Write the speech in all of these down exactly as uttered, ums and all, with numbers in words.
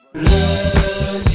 Le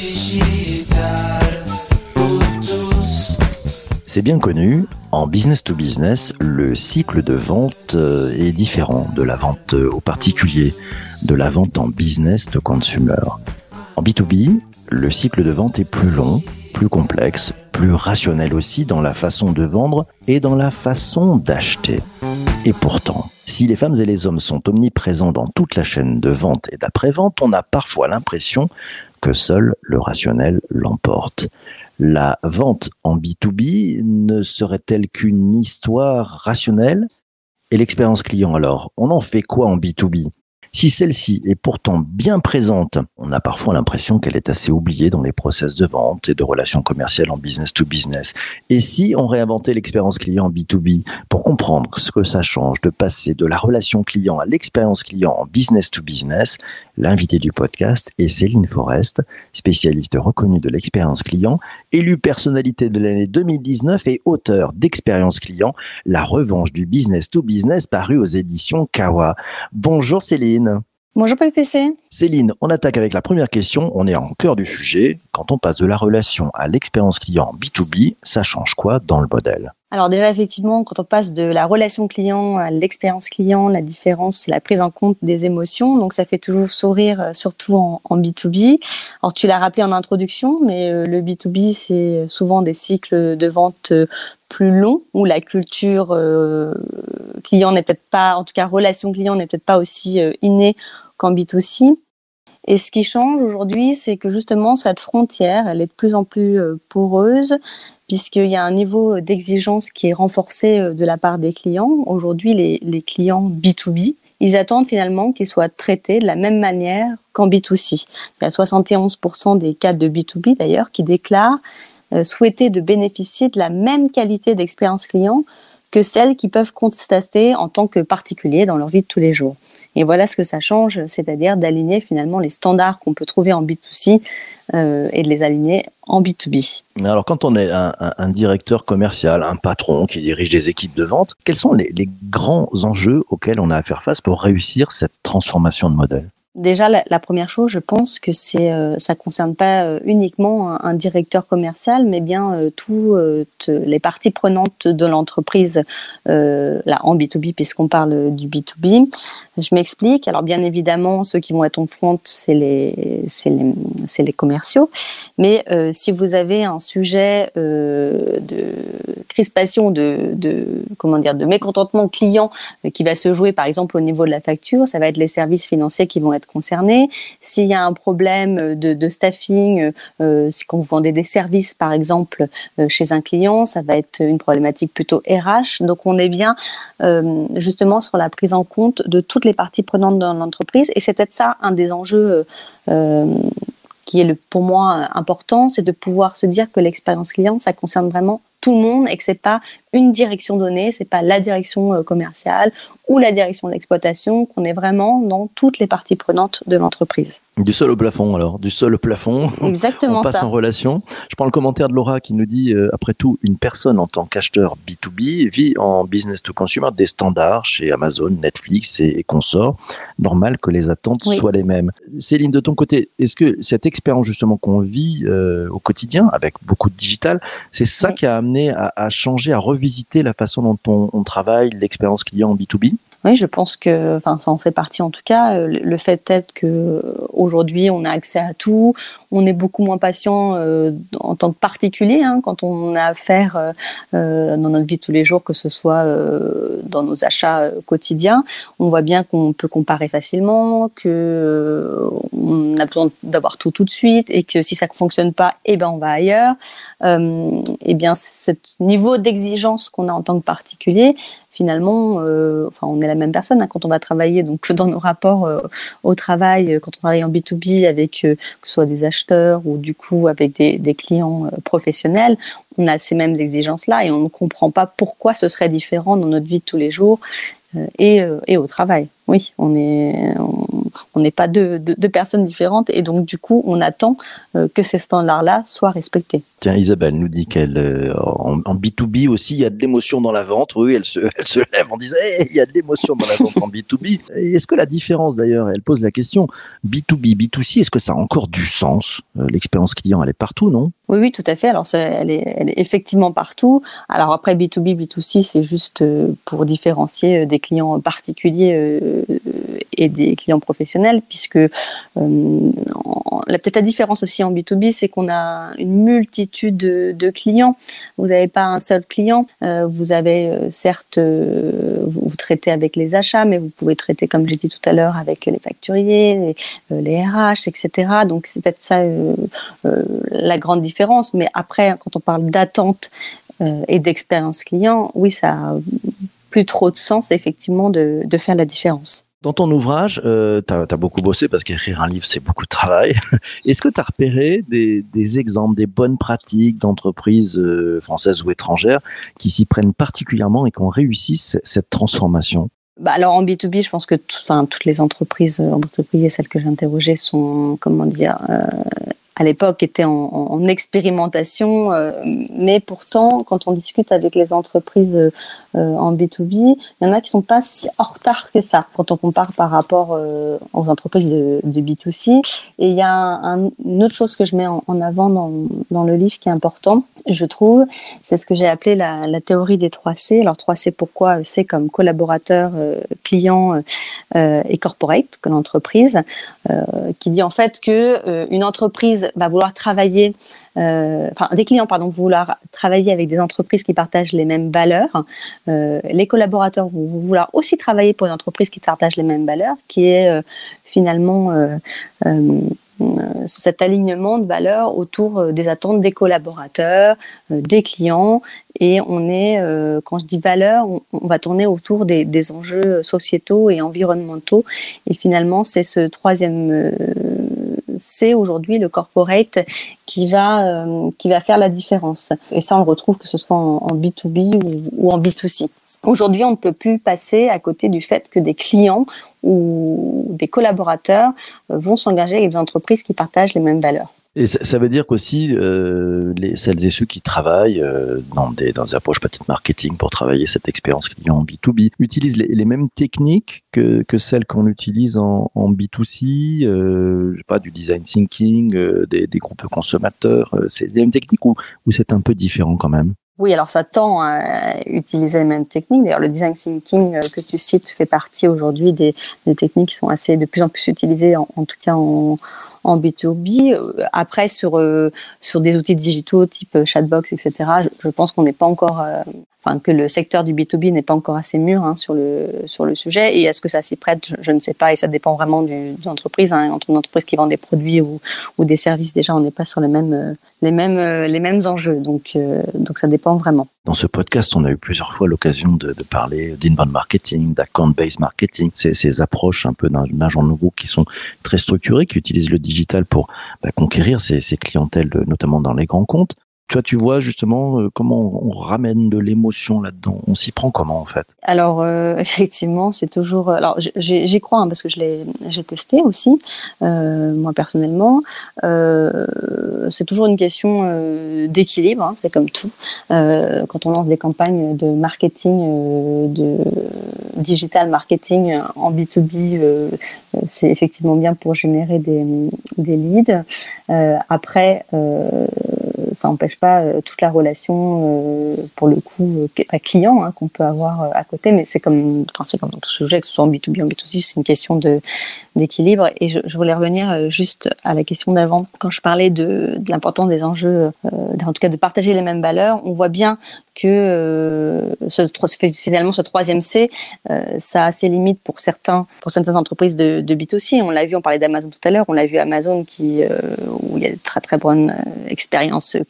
digital pour tous. C'est bien connu, en business to business, le cycle de vente est différent de la vente aux particuliers, de la vente en business to consumer. En B deux B, le cycle de vente est plus long, plus complexe, plus rationnel aussi dans la façon de vendre et dans la façon d'acheter. Et pourtant, si les femmes et les hommes sont omniprésents dans toute la chaîne de vente et d'après-vente, on a parfois l'impression que seul le rationnel l'emporte. La vente en B deux B ne serait-elle qu'une histoire rationnelle? Et l'expérience client alors, on en fait quoi en B deux B? Si celle-ci est pourtant bien présente, on a parfois l'impression qu'elle est assez oubliée dans les process de vente et de relations commerciales en business to business. Et si on réinventait l'expérience client en B deux B pour comprendre ce que ça change de passer de la relation client à l'expérience client en business to business, l'invité du podcast est Céline Forest, spécialiste reconnue de l'expérience client, élue personnalité de l'année deux mille dix-neuf et auteur d'Expérience client, la revanche du business to business paru aux éditions Kawa. Bonjour Céline. Bonjour Paul P C. Céline, on attaque avec la première question. On est en cœur du sujet. Quand on passe de la relation à l'expérience client en B deux B, ça change quoi dans le modèle? Alors déjà, effectivement, quand on passe de la relation client à l'expérience client, la différence, c'est la prise en compte des émotions. Donc, ça fait toujours sourire, surtout en, en B deux B. Alors, tu l'as rappelé en introduction, mais euh, le B deux B, c'est souvent des cycles de vente euh, plus longs, où la culture euh, client n'est peut-être pas, en tout cas, relation client n'est peut-être pas aussi euh, innée qu'en B deux C. Et ce qui change aujourd'hui, c'est que justement, cette frontière, elle est de plus en plus euh, poreuse, puisqu'il y a un niveau d'exigence qui est renforcé de la part des clients. Aujourd'hui, les, les clients B deux B, ils attendent finalement qu'ils soient traités de la même manière qu'en B deux C. Il y a soixante et onze pour cent des cadres de B deux B d'ailleurs qui déclarent euh, souhaiter de bénéficier de la même qualité d'expérience client que celles qu'ils peuvent constater en tant que particulier dans leur vie de tous les jours. Et voilà ce que ça change, c'est-à-dire d'aligner finalement les standards qu'on peut trouver en B deux C euh, et de les aligner en B deux B. Alors quand on est un, un, un directeur commercial, un patron qui dirige des équipes de vente, quels sont les, les grands enjeux auxquels on a à faire face pour réussir cette transformation de modèle? Déjà, la, la première chose, je pense que c'est, euh, ça concerne pas euh, uniquement un, un directeur commercial, mais bien euh, toutes euh, les parties prenantes de l'entreprise, euh, là en B deux B, puisqu'on parle du B deux B. Je m'explique. Alors, bien évidemment, ceux qui vont être en front, c'est les, c'est les, c'est les commerciaux. Mais euh, si vous avez un sujet euh, de crispation, de, de comment dire, de mécontentement client euh, qui va se jouer, par exemple, au niveau de la facture, ça va être les services financiers qui vont être concernés. S'il y a un problème de, de staffing, euh, quand vous vendez des services, par exemple, euh, chez un client, ça va être une problématique plutôt R H. Donc, on est bien euh, justement sur la prise en compte de toutes les parties prenantes dans l'entreprise. Et c'est peut-être ça un des enjeux euh, qui est le, pour moi important, c'est de pouvoir se dire que l'expérience client, ça concerne vraiment tout le monde et que c'est pas une direction donnée, c'est pas la direction commerciale ou la direction de l'exploitation, qu'on est vraiment dans toutes les parties prenantes de l'entreprise. Du sol au plafond alors, du sol au plafond. Exactement. On passe ça. en relation. Je prends le commentaire de Laura qui nous dit, euh, après tout, une personne en tant qu'acheteur B deux B vit en business to consumer des standards chez Amazon, Netflix et, et consorts. Normal que les attentes oui. soient les mêmes. Céline, de ton côté, est-ce que cette expérience justement qu'on vit euh, au quotidien avec beaucoup de digital, c'est ça oui. qui a amené à, à changer, à revisiter la façon dont on, on travaille l'expérience client en B deux B? Oui, je pense que, enfin, ça en fait partie en tout cas. Le fait est que aujourd'hui, on a accès à tout. On est beaucoup moins patient euh, en tant que particulier hein, quand on a affaire euh, dans notre vie de tous les jours, que ce soit euh, dans nos achats euh, quotidiens. On voit bien qu'on peut comparer facilement, que euh, on a besoin d'avoir tout tout de suite, et que si ça ne fonctionne pas, eh ben on va ailleurs. Euh, et bien, ce niveau d'exigence qu'on a en tant que particulier, finalement, euh, enfin, on est la même personne hein, quand on va travailler donc dans nos rapports euh, au travail, quand on travaille en B deux B avec euh, que ce soit des acheteurs ou du coup avec des, des clients euh, professionnels, on a ces mêmes exigences-là et on ne comprend pas pourquoi ce serait différent dans notre vie de tous les jours euh, et, euh, et au travail. Oui, on est, on, on n'est pas deux, deux, deux personnes différentes et donc du coup on attend euh, que ces standards-là soient respectés. Tiens, Isabelle nous dit qu'elle euh, en, en B deux B aussi il y a de l'émotion dans la vente. Oui, elle se, elle se lève en disant hey, il y a de l'émotion dans la vente en B deux B. Et est-ce que la différence d'ailleurs, elle pose la question B deux B, B deux C, est-ce que ça a encore du sens? euh, L'expérience client, elle est partout, non? Oui, oui, tout à fait. Alors, ça, elle, est, elle est effectivement partout. Alors après, B deux B, B deux C, c'est juste euh, pour différencier des clients particuliers euh, et des clients professionnels, puisque euh, en, la, peut-être la différence aussi en B deux B, c'est qu'on a une multitude de, de clients. Vous n'avez pas un seul client. Euh, vous avez, euh, certes, euh, vous, vous traitez avec les achats, mais vous pouvez traiter, comme j'ai dit tout à l'heure, avec les facturiers, les, euh, les R H, et cetera. Donc, c'est peut-être ça euh, euh, la grande différence. Différence, mais après, quand on parle d'attente euh, et d'expérience client, oui, ça a plus trop de sens, effectivement, de, de faire la différence. Dans ton ouvrage, euh, tu as beaucoup bossé parce qu'écrire un livre, c'est beaucoup de travail. Est-ce que tu as repéré des, des exemples, des bonnes pratiques d'entreprises euh, françaises ou étrangères qui s'y prennent particulièrement et qui ont réussi c- cette transformation? Bah alors en B deux B, je pense que tout, enfin, toutes les entreprises en B deux B et celles que j'ai interrogées sont, comment dire, euh, à l'époque étaient en, en, en expérimentation, euh, mais pourtant, quand on discute avec les entreprises euh, en B deux B, il y en a qui sont pas si en retard que ça, quand on compare par rapport euh, aux entreprises de, de B deux C. Et il y a un, un, une autre chose que je mets en, en avant dans, dans le livre qui est important, je trouve, c'est ce que j'ai appelé la, la théorie des trois C. Alors trois C, pourquoi? C comme collaborateur, euh, client euh, et corporate, que l'entreprise, euh, qui dit en fait que euh, une entreprise va vouloir travailler, euh, enfin des clients pardon, vouloir travailler avec des entreprises qui partagent les mêmes valeurs. Euh, les collaborateurs vont vouloir aussi travailler pour une entreprise qui partage les mêmes valeurs, qui est euh, finalement euh, euh, cet alignement de valeurs autour des attentes des collaborateurs, des clients, et on est, quand je dis valeurs, on va tourner autour des, des enjeux sociétaux et environnementaux, et finalement c'est ce troisième C aujourd'hui, le corporate, qui va, qui va faire la différence. Et ça on le retrouve que ce soit en, en B deux B ou, ou en B deux C. Aujourd'hui, on ne peut plus passer à côté du fait que des clients ou des collaborateurs vont s'engager avec des entreprises qui partagent les mêmes valeurs. Et ça, ça veut dire qu'aussi, euh, les, celles et ceux qui travaillent euh, dans, des, dans des approches peut-être marketing pour travailler cette expérience client en B deux B utilisent les, les mêmes techniques que, que celles qu'on utilise en, en B deux C, euh, je sais pas, du design thinking, euh, des, des groupes consommateurs. Euh, c'est les mêmes techniques ou, ou c'est un peu différent quand même? Oui, alors ça tend à utiliser les mêmes techniques. D'ailleurs, le design thinking que tu cites fait partie aujourd'hui des, des techniques qui sont assez de plus en plus utilisées, en, en tout cas en, en B deux B. Après, sur, euh, sur des outils digitaux type Chatbox, et cetera, je, je pense qu'on n'est pas encore... Euh, Enfin, que le secteur du B deux B n'est pas encore assez mûr hein, sur le sur le sujet. Et est-ce que ça s'y prête? je, je ne sais pas. Et ça dépend vraiment du, de l'entreprise. Hein. Entre une entreprise qui vend des produits ou, ou des services, déjà, on n'est pas sur les mêmes euh, les mêmes euh, les mêmes enjeux. Donc euh, donc ça dépend vraiment. Dans ce podcast, on a eu plusieurs fois l'occasion de, de parler d'inbound marketing, d'account-based marketing, ces, ces approches un peu d'un, d'un genre nouveau qui sont très structurées, qui utilisent le digital pour bah, conquérir ces, ces clientèles, notamment dans les grands comptes. Toi, tu vois justement euh, comment on ramène de l'émotion là-dedans. On s'y prend comment en fait? Alors euh, effectivement, c'est toujours. Alors j'y, j'y crois hein, parce que je l'ai, j'ai testé aussi euh, moi personnellement. Euh, c'est toujours une question euh, d'équilibre. Hein, c'est comme tout. Euh, quand on lance des campagnes de marketing, euh, de digital marketing en B deux B, euh, c'est effectivement bien pour générer des des leads. Euh, après. Euh, ça n'empêche pas euh, toute la relation euh, pour le coup euh, client hein, qu'on peut avoir euh, à côté, mais c'est comme, enfin, c'est comme dans tout sujet, que ce soit en B deux B ou en B deux C, c'est une question de, d'équilibre. Et je, je voulais revenir juste à la question d'avant, quand je parlais de, de l'importance des enjeux, euh, en tout cas de partager les mêmes valeurs. On voit bien que euh, ce, finalement ce troisième C, euh, ça a ses limites pour certains, pour certaines entreprises de, de B deux C. On l'a vu, on parlait d'Amazon tout à l'heure, on l'a vu Amazon qui, euh, où il y a de très très bonnes expériences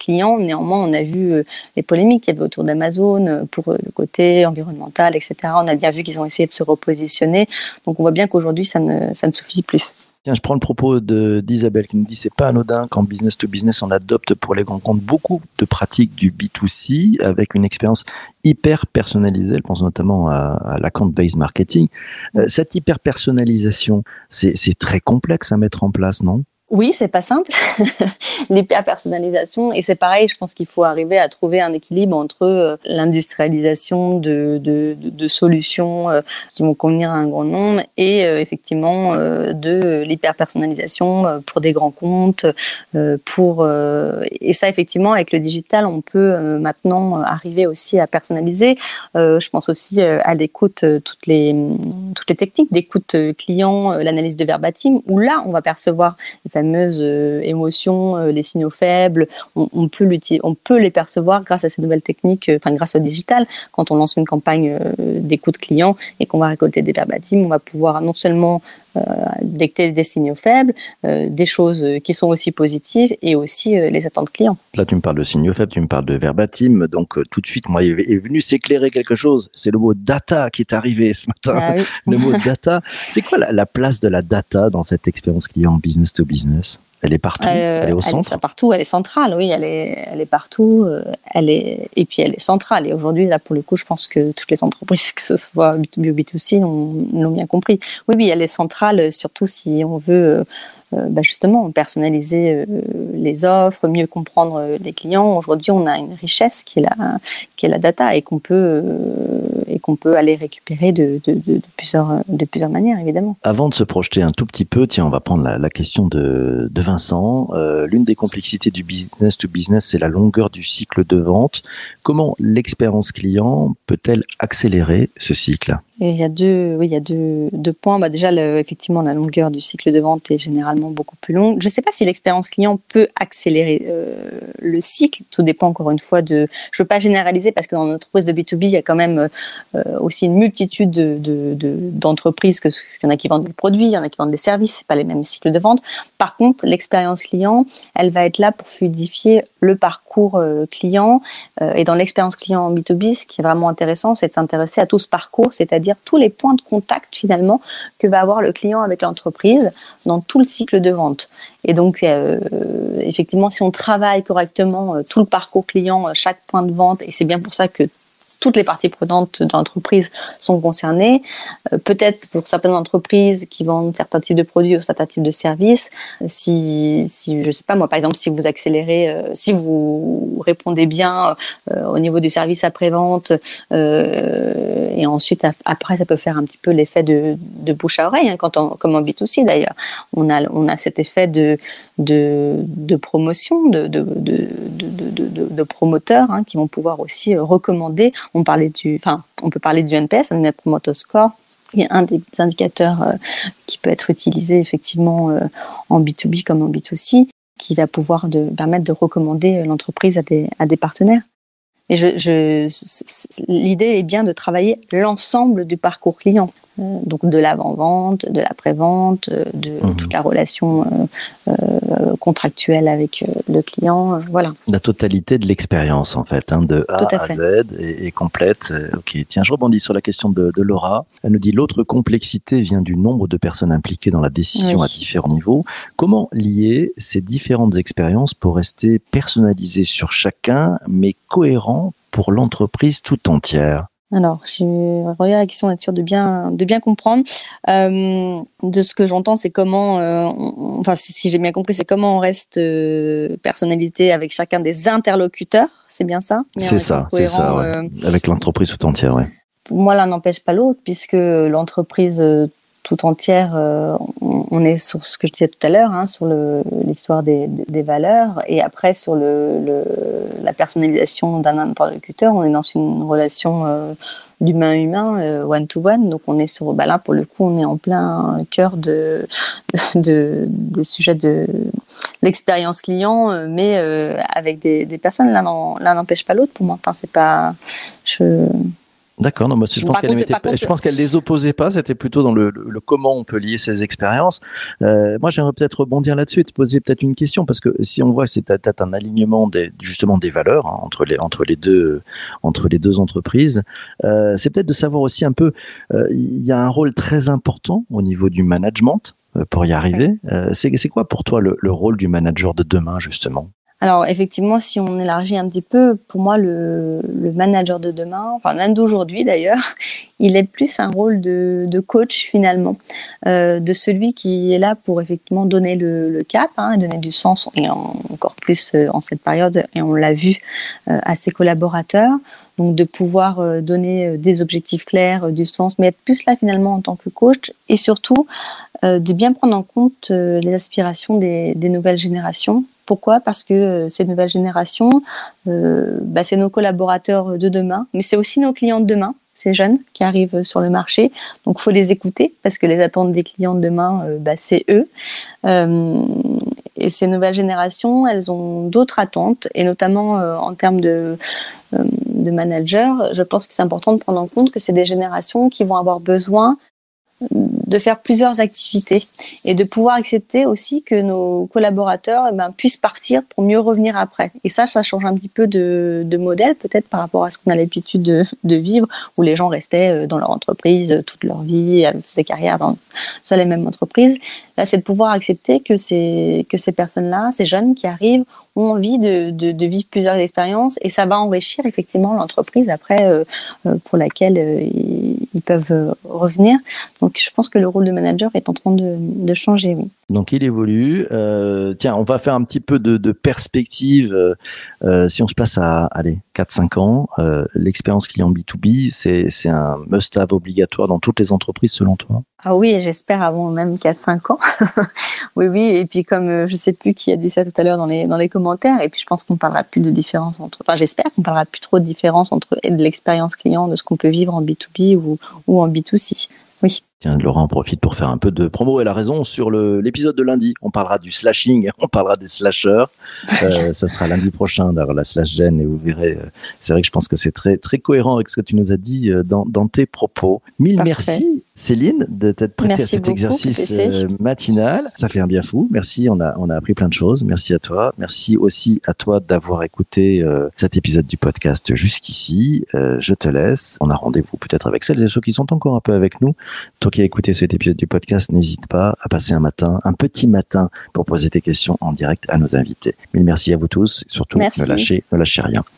client. Néanmoins, on a vu euh, les polémiques qu'il y avait autour d'Amazon euh, pour euh, le côté environnemental, et cetera. On a bien vu qu'ils ont essayé de se repositionner. Donc, on voit bien qu'aujourd'hui, ça ne, ça ne suffit plus. Tiens, je prends le propos de, d'Isabelle qui nous dit c'est pas anodin qu'en business to business on adopte pour les grands comptes beaucoup de pratiques du B deux C avec une expérience hyper personnalisée. Elle pense notamment à, à l'account-based marketing. Euh, cette hyper personnalisation, c'est, c'est très complexe à mettre en place, non ? Oui, c'est pas simple, l'hyper-personnalisation. Et c'est pareil, je pense qu'il faut arriver à trouver un équilibre entre euh, l'industrialisation de, de, de, de solutions euh, qui vont convenir à un grand nombre et euh, effectivement euh, de l'hyper-personnalisation euh, pour des grands comptes. Euh, pour, euh, et ça, effectivement, avec le digital, on peut euh, maintenant arriver aussi à personnaliser. Euh, je pense aussi euh, à l'écoute, euh, toutes, les, toutes les techniques d'écoute client, euh, l'analyse de verbatim, où là, on va percevoir les fameuses euh, émotions, euh, les signaux faibles, on, on, peut on peut les percevoir grâce à ces nouvelles techniques, enfin euh, grâce au digital. Quand on lance une campagne euh, d'écoute client et qu'on va récolter des verbatims, on va pouvoir non seulement euh, détecter des signaux faibles, euh, des choses qui sont aussi positives et aussi euh, les attentes clients. Là, tu me parles de signaux faibles, tu me parles de verbatim, donc euh, tout de suite, moi, il est venu s'éclairer quelque chose. C'est le mot data qui est arrivé ce matin. Ah oui. Le mot data, c'est quoi la, la place de la data dans cette expérience client business to business ? Elle est partout, euh, elle est au elle centre. Elle est partout, elle est centrale, oui, elle est, elle est partout, euh, elle est, et puis elle est centrale. Et aujourd'hui, là, pour le coup, je pense que toutes les entreprises, que ce soit B deux B ou B deux C, l'ont, l'ont bien compris. Oui, oui, elle est centrale, surtout si on veut euh, bah justement personnaliser euh, les offres, mieux comprendre euh, les clients. Aujourd'hui, on a une richesse qui est la, qui est la data et qu'on peut, euh, et qu'on peut aller récupérer de, de, de, de, plusieurs, de plusieurs manières, évidemment. Avant de se projeter un tout petit peu, tiens, on va prendre la, la question de, de Vincent. Euh, l'une des complexités du business to business, c'est la longueur du cycle de vente. Comment l'expérience client peut-elle accélérer ce cycle ? Et il y a deux, oui, il y a deux, deux points. Bah déjà, le, effectivement, la longueur du cycle de vente est généralement beaucoup plus longue. Je ne sais pas si l'expérience client peut accélérer euh, le cycle. Tout dépend encore une fois de. Je ne veux pas généraliser parce que dans notre entreprise de B deux B, il y a quand même euh, aussi une multitude de, de, de, d'entreprises. Que, il y en a qui vendent des produits, il y en a qui vendent des services. C'est pas les mêmes cycles de vente. Par contre, l'expérience client, elle va être là pour fluidifier le parcours euh, client. Euh, et dans l'expérience client en B deux B, ce qui est vraiment intéressant, c'est de s'intéresser à tout ce parcours, c'est-à-dire dire tous les points de contact finalement que va avoir le client avec l'entreprise dans tout le cycle de vente. Et donc, euh, effectivement, si on travaille correctement euh, tout le parcours client, euh, chaque point de vente, et c'est bien pour ça que toutes les parties prenantes de l'entreprise sont concernées. Euh, peut-être pour certaines entreprises qui vendent certains types de produits ou certains types de services, si, si je sais pas moi, par exemple, si vous accélérez, euh, si vous répondez bien euh, au niveau du service après-vente, euh, et ensuite après ça peut faire un petit peu l'effet de, de bouche à oreille, hein, quand on, comme en B deux C d'ailleurs, on a on a cet effet de de, de promotion, de de de de, de, de, de promoteurs, hein, qui vont pouvoir aussi recommander. On parlait du, enfin, on peut parler du N P S, un Net Promoter Score, qui est un des indicateurs euh, qui peut être utilisé effectivement euh, en B deux B comme en B deux C, qui va pouvoir de, permettre de recommander l'entreprise à des, à des partenaires. Et je, je, l'idée est bien de travailler l'ensemble du parcours client. Euh, donc de l'avant-vente, de l'après-vente, de mmh. toute la relation euh, euh, contractuelle avec euh, le client, euh, voilà. La totalité de l'expérience en fait, hein, de A à, à Z et, et complète. Ok, tiens, je rebondis sur la question de, de Laura. Elle nous dit l'autre complexité vient du nombre de personnes impliquées dans la décision oui. à différents niveaux. Comment lier ces différentes expériences pour rester personnalisées sur chacun, mais cohérent pour l'entreprise tout entière ? Alors, je reviens à la question, être sûr de bien, de bien comprendre. Euh, de ce que j'entends, c'est comment, euh, on, enfin, si, si j'ai bien compris, c'est comment on reste euh, personnalité avec chacun des interlocuteurs. C'est bien ça ? C'est ça, c'est ça, ouais. euh, avec l'entreprise tout entière, ouais. Pour moi, l'un n'empêche pas l'autre, puisque l'entreprise euh, tout entière, euh, on, on est sur ce que je disais tout à l'heure, hein, sur le, l'histoire des, des valeurs, et après sur le, le, la personnalisation d'un interlocuteur, on est dans une relation euh, d'humain-humain, euh, one-to-one, donc on est sur, bah là pour le coup, on est en plein cœur de, de, des sujets de l'expérience client, mais euh, avec des, des personnes, l'un, l'un n'empêche pas l'autre pour moi, enfin c'est pas... Je... D'accord, non, moi, je, pense Par qu'elle contre- mettait par pas- contre- je pense qu'elle les opposait pas, c'était plutôt dans le, le, le comment on peut lier ces expériences. Euh, moi, j'aimerais peut-être rebondir là-dessus et te poser peut-être une question, parce que si on voit que c'est peut-être un alignement des, justement des valeurs hein, entre, les, entre, les deux, entre les deux entreprises, euh, c'est peut-être de savoir aussi un peu, euh, il y a un rôle très important au niveau du management euh, pour y arriver. Euh, c'est, c'est quoi pour toi le, le rôle du manager de demain, justement ? Alors effectivement, si on élargit un petit peu, pour moi, le, le manager de demain, enfin même d'aujourd'hui d'ailleurs, il est plus un rôle de, de coach finalement, euh, de celui qui est là pour effectivement donner le, le cap, hein, donner du sens, et en, encore plus euh, en cette période, et on l'a vu euh, à ses collaborateurs. Donc de pouvoir euh, donner euh, des objectifs clairs, euh, du sens, mais être plus là finalement en tant que coach, et surtout euh, de bien prendre en compte euh, les aspirations des, des nouvelles générations. Pourquoi ? Parce que euh, ces nouvelles générations, euh, bah, c'est nos collaborateurs de demain, mais c'est aussi nos clients de demain, ces jeunes qui arrivent sur le marché. Donc, il faut les écouter parce que les attentes des clients de demain, euh, bah, c'est eux. Euh, et ces nouvelles générations, elles ont d'autres attentes, et notamment euh, en termes de, euh, de managers. Je pense que c'est important de prendre en compte que c'est des générations qui vont avoir besoin de faire plusieurs activités et de pouvoir accepter aussi que nos collaborateurs eh ben, puissent partir pour mieux revenir après. Et ça, ça change un petit peu de, de modèle peut-être par rapport à ce qu'on a l'habitude de, de vivre, où les gens restaient dans leur entreprise toute leur vie, faisaient carrière dans seule et même entreprise. Là, c'est de pouvoir accepter que ces, que ces personnes-là, ces jeunes qui arrivent, ont envie de, de, de vivre plusieurs expériences, et ça va enrichir effectivement l'entreprise après euh, pour laquelle euh, ils, ils peuvent euh, revenir. Donc je pense que le rôle de manager est en train de, de changer, oui. Donc il évolue. Euh, tiens, on va faire un petit peu de, de perspective. Euh, si on se passe à allez, quatre cinq ans, euh, l'expérience client B deux B, c'est, c'est un must-have obligatoire dans toutes les entreprises selon toi ? Ah oui, j'espère avant même quatre cinq ans. Oui, oui. Et puis comme euh, je sais plus qui a dit ça tout à l'heure dans les dans les commentaires, et puis je pense qu'on parlera plus de différence entre. Enfin, j'espère qu'on parlera plus trop de différence entre de l'expérience client, de ce qu'on peut vivre en B deux B ou ou en B deux C. Oui. Tiens, Laura en profite pour faire un peu de promo. Elle a raison sur le, l'épisode de lundi. On parlera du slashing, on parlera des slashers. Euh, ça sera lundi prochain, d'ailleurs, la slash gen, et vous verrez. Euh, c'est vrai que je pense que c'est très, très cohérent avec ce que tu nous as dit euh, dans, dans tes propos. Mille Parfait. Merci, Céline, de t'être prêtée Merci à cet beaucoup, exercice P P C. euh, matinal. Ça fait un bien fou. Merci, on a, on a appris plein de choses. Merci à toi. Merci aussi à toi d'avoir écouté euh, cet épisode du podcast jusqu'ici. Euh, je te laisse. On a rendez-vous peut-être avec celles et ceux qui sont encore un peu avec nous. Toi qui as écouté cet épisode du podcast, n'hésite pas à passer un matin, un petit matin, pour poser tes questions en direct à nos invités. Mille merci à vous tous. Surtout, Merci. ne lâchez, ne lâchez rien.